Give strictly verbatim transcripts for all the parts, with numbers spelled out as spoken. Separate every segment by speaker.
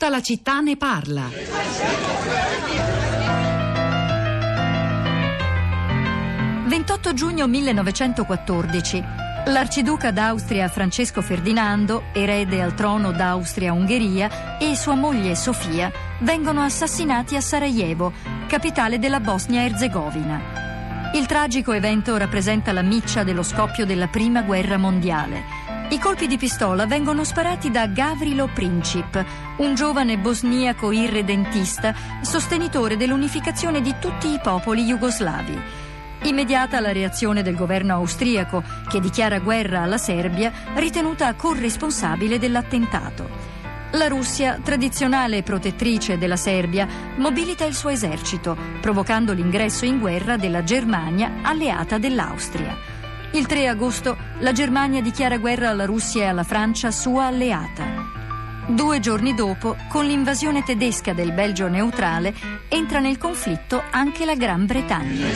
Speaker 1: Tutta la città ne parla.
Speaker 2: ventotto giugno millenovecentoquattordici. L'arciduca d'Austria Francesco Ferdinando, erede al trono d'Austria-Ungheria, e sua moglie Sofia vengono assassinati a Sarajevo, capitale della Bosnia-Erzegovina. Il tragico evento rappresenta la miccia dello scoppio della Prima Guerra Mondiale. I colpi di pistola vengono sparati da Gavrilo Princip, un giovane bosniaco irredentista, sostenitore dell'unificazione di tutti i popoli jugoslavi. Immediata la reazione del governo austriaco, che dichiara guerra alla Serbia, ritenuta corresponsabile dell'attentato. La Russia, tradizionale protettrice della Serbia, mobilita il suo esercito, provocando l'ingresso in guerra della Germania, alleata dell'Austria. Il tre agosto la Germania dichiara guerra alla Russia e alla Francia, sua alleata. Due giorni dopo, con l'invasione tedesca del Belgio neutrale, entra nel conflitto anche la Gran Bretagna.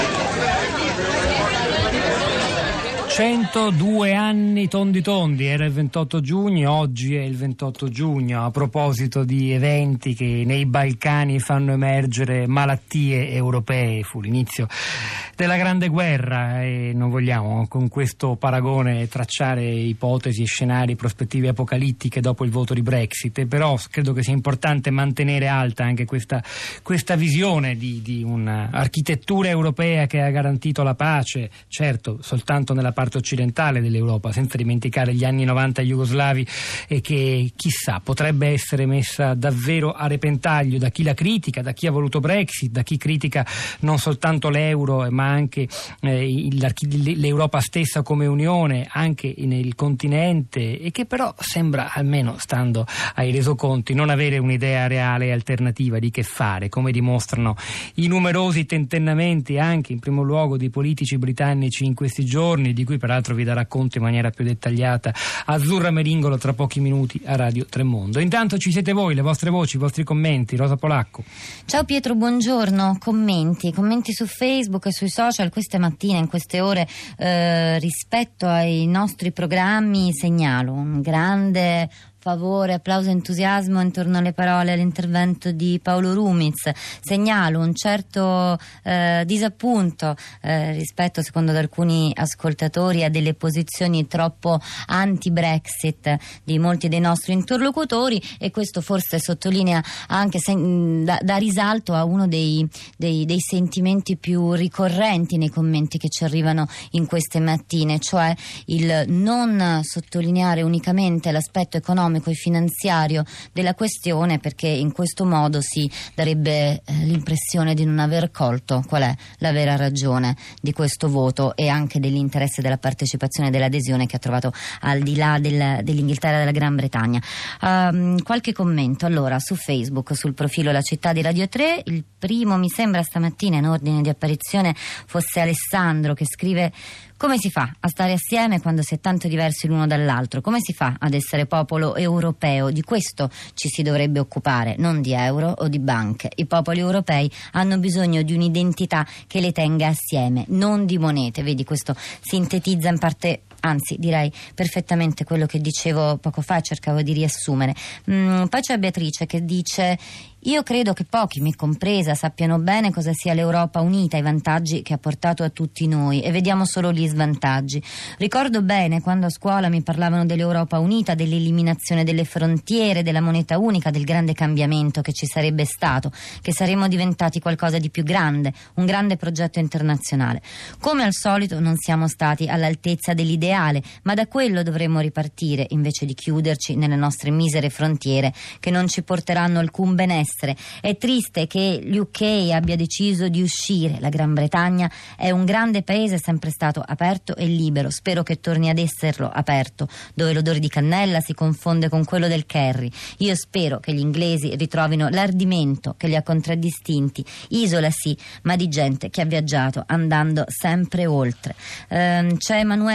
Speaker 3: centodue anni tondi tondi, era il ventotto giugno, oggi è il ventotto giugno. A proposito di eventi che nei Balcani fanno emergere malattie europee, fu l'inizio della Grande Guerra e non vogliamo con questo paragone tracciare ipotesi, scenari, prospettive apocalittiche dopo il voto di Brexit, però credo che sia importante mantenere alta anche questa, questa visione di, di un'architettura europea che ha garantito la pace, certo soltanto nella parte occidentale dell'Europa, senza dimenticare gli anni novanta jugoslavi, e che chissà potrebbe essere messa davvero a repentaglio da chi la critica, da chi ha voluto Brexit, da chi critica non soltanto l'euro ma anche eh, l'Europa stessa come unione anche nel continente, e che però sembra, almeno stando ai resoconti, non avere un'idea reale e alternativa di che fare, come dimostrano i numerosi tentennamenti anche in primo luogo di politici britannici in questi giorni, di cui peraltro vi darà conto in maniera più dettagliata Azzurra Meringolo tra pochi minuti a Radio Tremondo. Intanto ci siete voi, le vostre voci, i vostri commenti. Rosa Polacco.
Speaker 4: Ciao Pietro, buongiorno. Commenti, commenti su Facebook e sui social queste mattine, in queste ore, eh, rispetto ai nostri programmi. Segnalo un grande favore, applauso e entusiasmo intorno alle parole all'intervento di Paolo Rumiz. Segnalo un certo eh, disappunto eh, rispetto, secondo ad alcuni ascoltatori, a delle posizioni troppo anti-Brexit di molti dei nostri interlocutori, e questo forse sottolinea anche se, da, da risalto a uno dei, dei, dei sentimenti più ricorrenti nei commenti che ci arrivano in queste mattine, cioè il non sottolineare unicamente l'aspetto economico e finanziario della questione, perché in questo modo si darebbe eh, l'impressione di non aver colto qual è la vera ragione di questo voto e anche dell'interesse della partecipazione e dell'adesione che ha trovato al di là del, dell'Inghilterra e della Gran Bretagna. Um, qualche commento allora su Facebook, sul profilo La Città di Radio tre. Il primo, mi sembra stamattina in ordine di apparizione, fosse Alessandro, che scrive: come si fa a stare assieme quando si è tanto diversi l'uno dall'altro? Come si fa ad essere popolo europeo? Di questo ci si dovrebbe occupare, non di euro o di banche. I popoli europei hanno bisogno di un'identità che le tenga assieme, non di monete. Vedi, questo sintetizza in parte, anzi direi perfettamente, quello che dicevo poco fa, cercavo di riassumere. Mm, poi c'è Beatrice che dice: io credo che pochi, me compresa, sappiano bene cosa sia l'Europa unita, i vantaggi che ha portato a tutti noi, e vediamo solo gli svantaggi. Ricordo bene quando a scuola mi parlavano dell'Europa unita, dell'eliminazione delle frontiere, della moneta unica, del grande cambiamento che ci sarebbe stato, che saremmo diventati qualcosa di più grande, un grande progetto internazionale. Come al solito non siamo stati all'altezza dell'ideale, ma da quello dovremmo ripartire, invece di chiuderci nelle nostre misere frontiere che non ci porteranno alcun benessere. È triste che l'U K abbia deciso di uscire. La Gran Bretagna è un grande paese, è sempre stato aperto e libero. Spero che torni ad esserlo aperto, dove l'odore di cannella si confonde con quello del curry. Io spero che gli inglesi ritrovino l'ardimento che li ha contraddistinti. Isola sì, ma di gente che ha viaggiato andando sempre oltre. Ehm, c'è Emanuela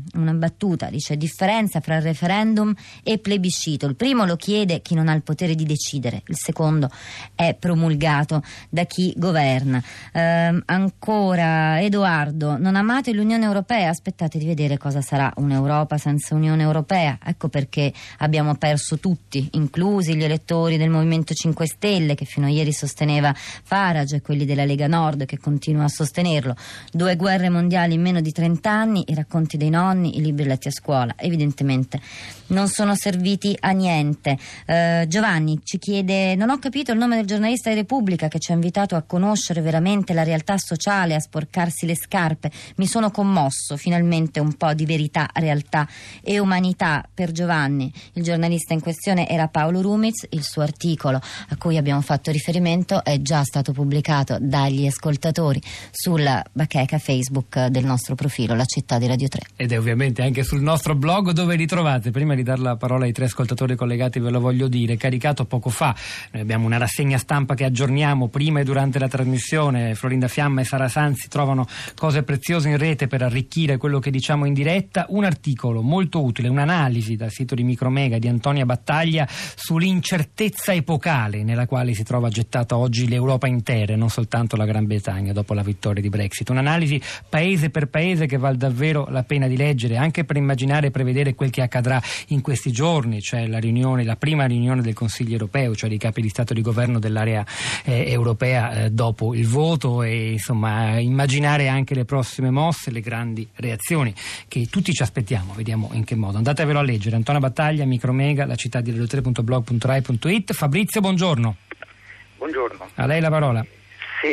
Speaker 4: una battuta, dice: differenza fra referendum e plebiscito, il primo lo chiede chi non ha il potere di decidere, il secondo è promulgato da chi governa. Eh, ancora Edoardo: non amate l'Unione Europea? Aspettate di vedere cosa sarà un'Europa senza Unione Europea, ecco perché abbiamo perso tutti, inclusi gli elettori del Movimento cinque Stelle che fino a ieri sosteneva Farage e quelli della Lega Nord che continua a sostenerlo. Due guerre mondiali in meno di trenta anni, i racconti dei nonni, i libri letti a scuola evidentemente non sono serviti a niente. eh, Giovanni ci chiede: non ho capito il nome del giornalista di Repubblica che ci ha invitato a conoscere veramente la realtà sociale, a sporcarsi le scarpe. Mi sono commosso, finalmente un po' di verità, realtà e umanità per Giovanni. Il giornalista in questione era Paolo Rumiz, il suo articolo a cui abbiamo fatto riferimento è già stato pubblicato dagli ascoltatori sulla bacheca Facebook del nostro profilo La Città di Radio tre.
Speaker 3: Ed è ovviamente anche sul nostro blog, dove li trovate. Prima di dar la parola ai tre ascoltatori collegati ve lo voglio dire, caricato poco fa. Noi abbiamo una rassegna stampa che aggiorniamo prima e durante la trasmissione. Florinda Fiamma e Sara Sanzi trovano cose preziose in rete per arricchire quello che diciamo in diretta. Un articolo molto utile, un'analisi dal sito di Micromega di Antonia Battaglia sull'incertezza epocale nella quale si trova gettata oggi l'Europa intera e non soltanto la Gran Bretagna dopo la vittoria di Brexit. Un'analisi paese per paese che vale davvero la pena di leggere, anche per immaginare e prevedere quel che accadrà in questi giorni, cioè la riunione, la prima riunione del Consiglio europeo, cioè dei capi di Stato e di Governo dell'area eh, europea eh, dopo il voto, e insomma immaginare anche le prossime mosse, le grandi reazioni che tutti ci aspettiamo. Vediamo in che modo. Andatevelo a leggere. Antonia Battaglia, Micromega, la città di radio tre punto blog punto rai punto it. Fabrizio, buongiorno.
Speaker 1: Buongiorno.
Speaker 3: A lei la parola.
Speaker 1: Sì,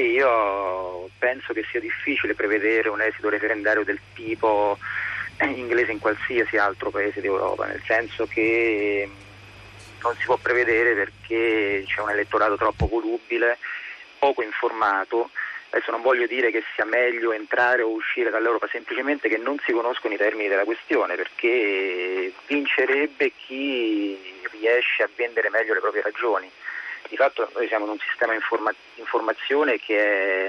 Speaker 1: io penso che sia difficile prevedere un esito referendario del tipo inglese in qualsiasi altro paese d'Europa, nel senso che non si può prevedere perché c'è un elettorato troppo volubile, poco informato. Adesso non voglio dire che sia meglio entrare o uscire dall'Europa, semplicemente che non si conoscono i termini della questione, perché vincerebbe chi riesce a vendere meglio le proprie ragioni. Di fatto noi siamo in un sistema di informa- informazione che è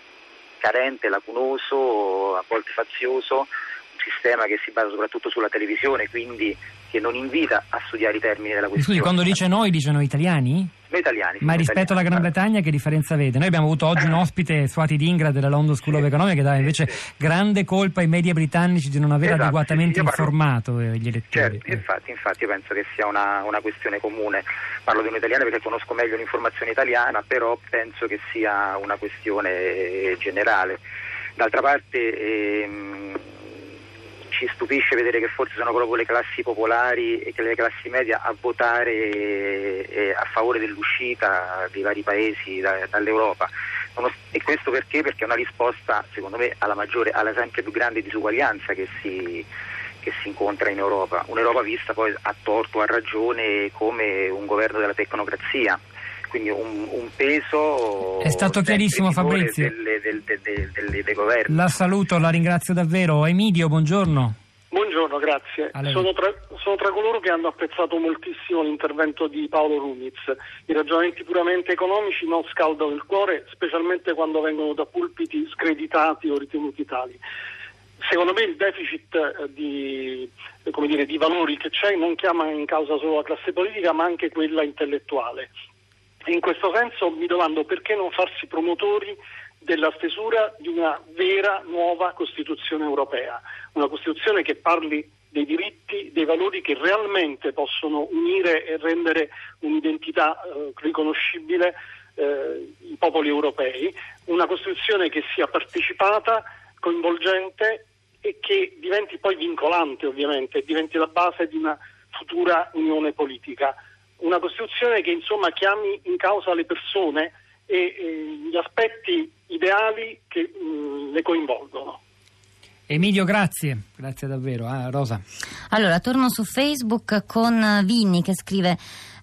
Speaker 1: carente, lacunoso, a volte fazioso, un sistema che si basa soprattutto sulla televisione, quindi che non invita a studiare i termini della questione.
Speaker 3: Scusi, quando dice noi, dice noi italiani?
Speaker 1: Noi italiani.
Speaker 3: Ma rispetto
Speaker 1: italiani,
Speaker 3: alla Gran Bretagna che differenza vede? Noi abbiamo avuto oggi un ospite, Swati Dhingra della London School
Speaker 1: sì,
Speaker 3: of Economics, che dava invece
Speaker 1: sì.
Speaker 3: grande colpa ai media britannici di non aver
Speaker 1: esatto,
Speaker 3: adeguatamente
Speaker 1: sì, sì,
Speaker 3: informato
Speaker 1: parlo...
Speaker 3: gli elettori.
Speaker 1: Certo, infatti, infatti io penso che sia una, una questione comune. Parlo di un italiano perché conosco meglio l'informazione italiana, però penso che sia una questione generale. D'altra parte ehm, ci stupisce vedere che forse sono proprio le classi popolari e le classi media a votare eh, a favore dell'uscita dei vari paesi da, dall'Europa. E questo perché? Perché è una risposta, secondo me, alla maggiore, alla sempre più grande disuguaglianza che si, che si incontra in Europa. Un'Europa vista poi a torto o a ragione come un governo della tecnocrazia. Quindi un, un peso
Speaker 3: è stato chiarissimo, Fabrizio.
Speaker 1: Delle, delle, delle, delle, dei governi.
Speaker 3: La saluto, la ringrazio davvero. Emidio, buongiorno.
Speaker 5: Buongiorno, grazie. Sono tra, sono tra coloro che hanno apprezzato moltissimo l'intervento di Paolo Rumiz. I ragionamenti puramente economici non scaldano il cuore, specialmente quando vengono da pulpiti screditati o ritenuti tali. Secondo me il deficit di, come dire, di valori che c'è non chiama in causa solo la classe politica, ma anche quella intellettuale. In questo senso mi domando perché non farsi promotori della stesura di una vera nuova Costituzione europea, una Costituzione che parli dei diritti, dei valori che realmente possono unire e rendere un'identità eh, riconoscibile eh, i popoli europei, una Costituzione che sia partecipata, coinvolgente e che diventi poi vincolante, ovviamente, diventi la base di una futura unione politica. Una Costituzione che insomma chiami in causa le persone e, e gli aspetti ideali che mh, le coinvolgono.
Speaker 3: Emilio, grazie, grazie davvero. Ah, Rosa.
Speaker 4: Allora, torno su Facebook con Vinni che scrive: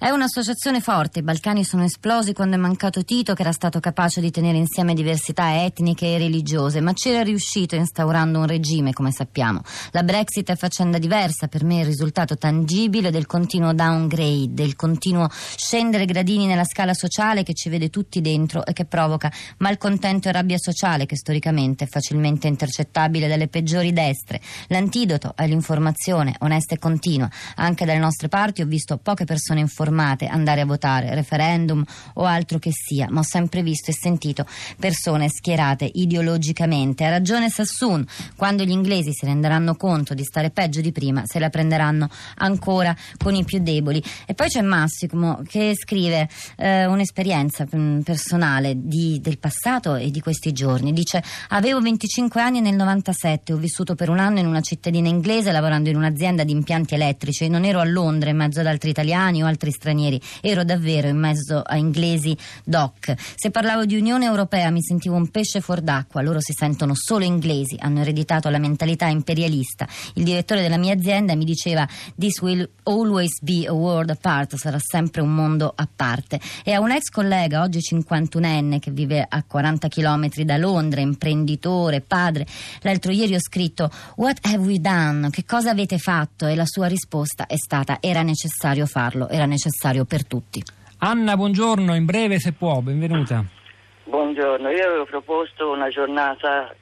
Speaker 4: È un'associazione forte, i Balcani sono esplosi quando è mancato Tito, che era stato capace di tenere insieme diversità etniche e religiose, ma c'era riuscito instaurando un regime, come sappiamo. La Brexit è faccenda diversa, per me il risultato tangibile del continuo downgrade, del continuo scendere gradini nella scala sociale che ci vede tutti dentro e che provoca malcontento e rabbia sociale, che storicamente è facilmente intercettabile dalle peggiori destre. L'antidoto è l'informazione onesta e continua. Anche dalle nostre parti ho visto poche persone informate andare a votare, referendum o altro che sia, ma ho sempre visto e sentito persone schierate ideologicamente. Ha ragione Sassoon: quando gli inglesi si renderanno conto di stare peggio di prima, se la prenderanno ancora con i più deboli. E poi c'è Massimo che scrive eh, un'esperienza personale di, del passato e di questi giorni. Dice: avevo venticinque anni nel novantasette, ho vissuto per un anno in una cittadina inglese lavorando in un'azienda di impianti elettrici. Non ero a Londra in mezzo ad altri italiani o altri stranieri, ero davvero in mezzo a inglesi doc. Se parlavo di Unione Europea mi sentivo un pesce fuor d'acqua, loro si sentono solo inglesi, hanno ereditato la mentalità imperialista. Il direttore della mia azienda mi diceva: this will always be a world apart, sarà sempre un mondo a parte. E a un ex collega, oggi cinquantunenne, che vive a quaranta chilometri da Londra, imprenditore, padre, l'altro ieri ho scritto: what have we done? Che cosa avete fatto? E la sua risposta è stata: era necessario farlo, era necessario per tutti.
Speaker 3: Anna, buongiorno, in breve se può, benvenuta.
Speaker 6: Buongiorno, io avevo proposto una giornata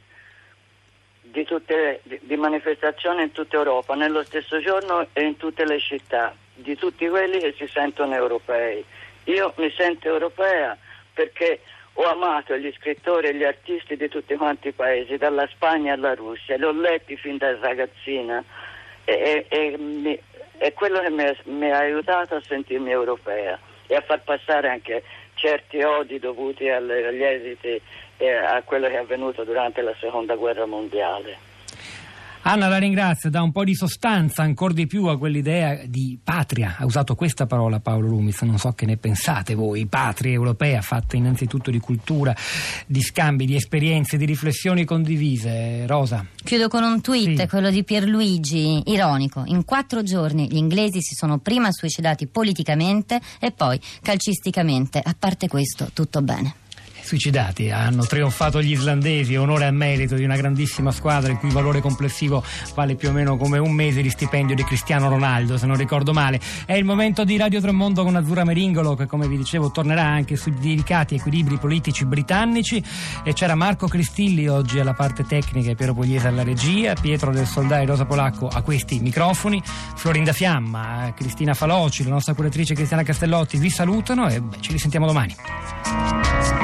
Speaker 6: di, tutte, di, di manifestazione in tutta Europa, nello stesso giorno e in tutte le città, di tutti quelli che si sentono europei. Io mi sento europea perché ho amato gli scrittori e gli artisti di tutti quanti i paesi, dalla Spagna alla Russia, li ho letti fin da ragazzina e, e, e, mi, è quello che mi, mi ha aiutato a sentirmi europea e a far passare anche certi odi dovuti alle, agli esiti e a quello che è avvenuto durante la seconda guerra mondiale.
Speaker 3: Anna, la ringrazio, dà un po' di sostanza ancora di più a quell'idea di patria. Ha usato questa parola Paolo Rumiz, non so che ne pensate voi. Patria europea fatta innanzitutto di cultura, di scambi, di esperienze, di riflessioni condivise. Rosa.
Speaker 4: Chiudo con un tweet, sì. Quello di Pierluigi, ironico: in quattro giorni gli inglesi si sono prima suicidati politicamente e poi calcisticamente. A parte questo, tutto bene.
Speaker 3: Suicidati, hanno trionfato gli islandesi, onore a merito di una grandissima squadra il cui valore complessivo vale più o meno come un mese di stipendio di Cristiano Ronaldo, se non ricordo male. È il momento di Radio Tremondo con Azzurra Meringolo, che, come vi dicevo, tornerà anche sui delicati equilibri politici britannici. E c'era Marco Cristilli oggi alla parte tecnica e Piero Pugliese alla regia, Pietro del Soldà e Rosa Polacco a questi microfoni, Florinda Fiamma, Cristina Faloci, la nostra curatrice Cristiana Castellotti vi salutano e beh, ci risentiamo domani.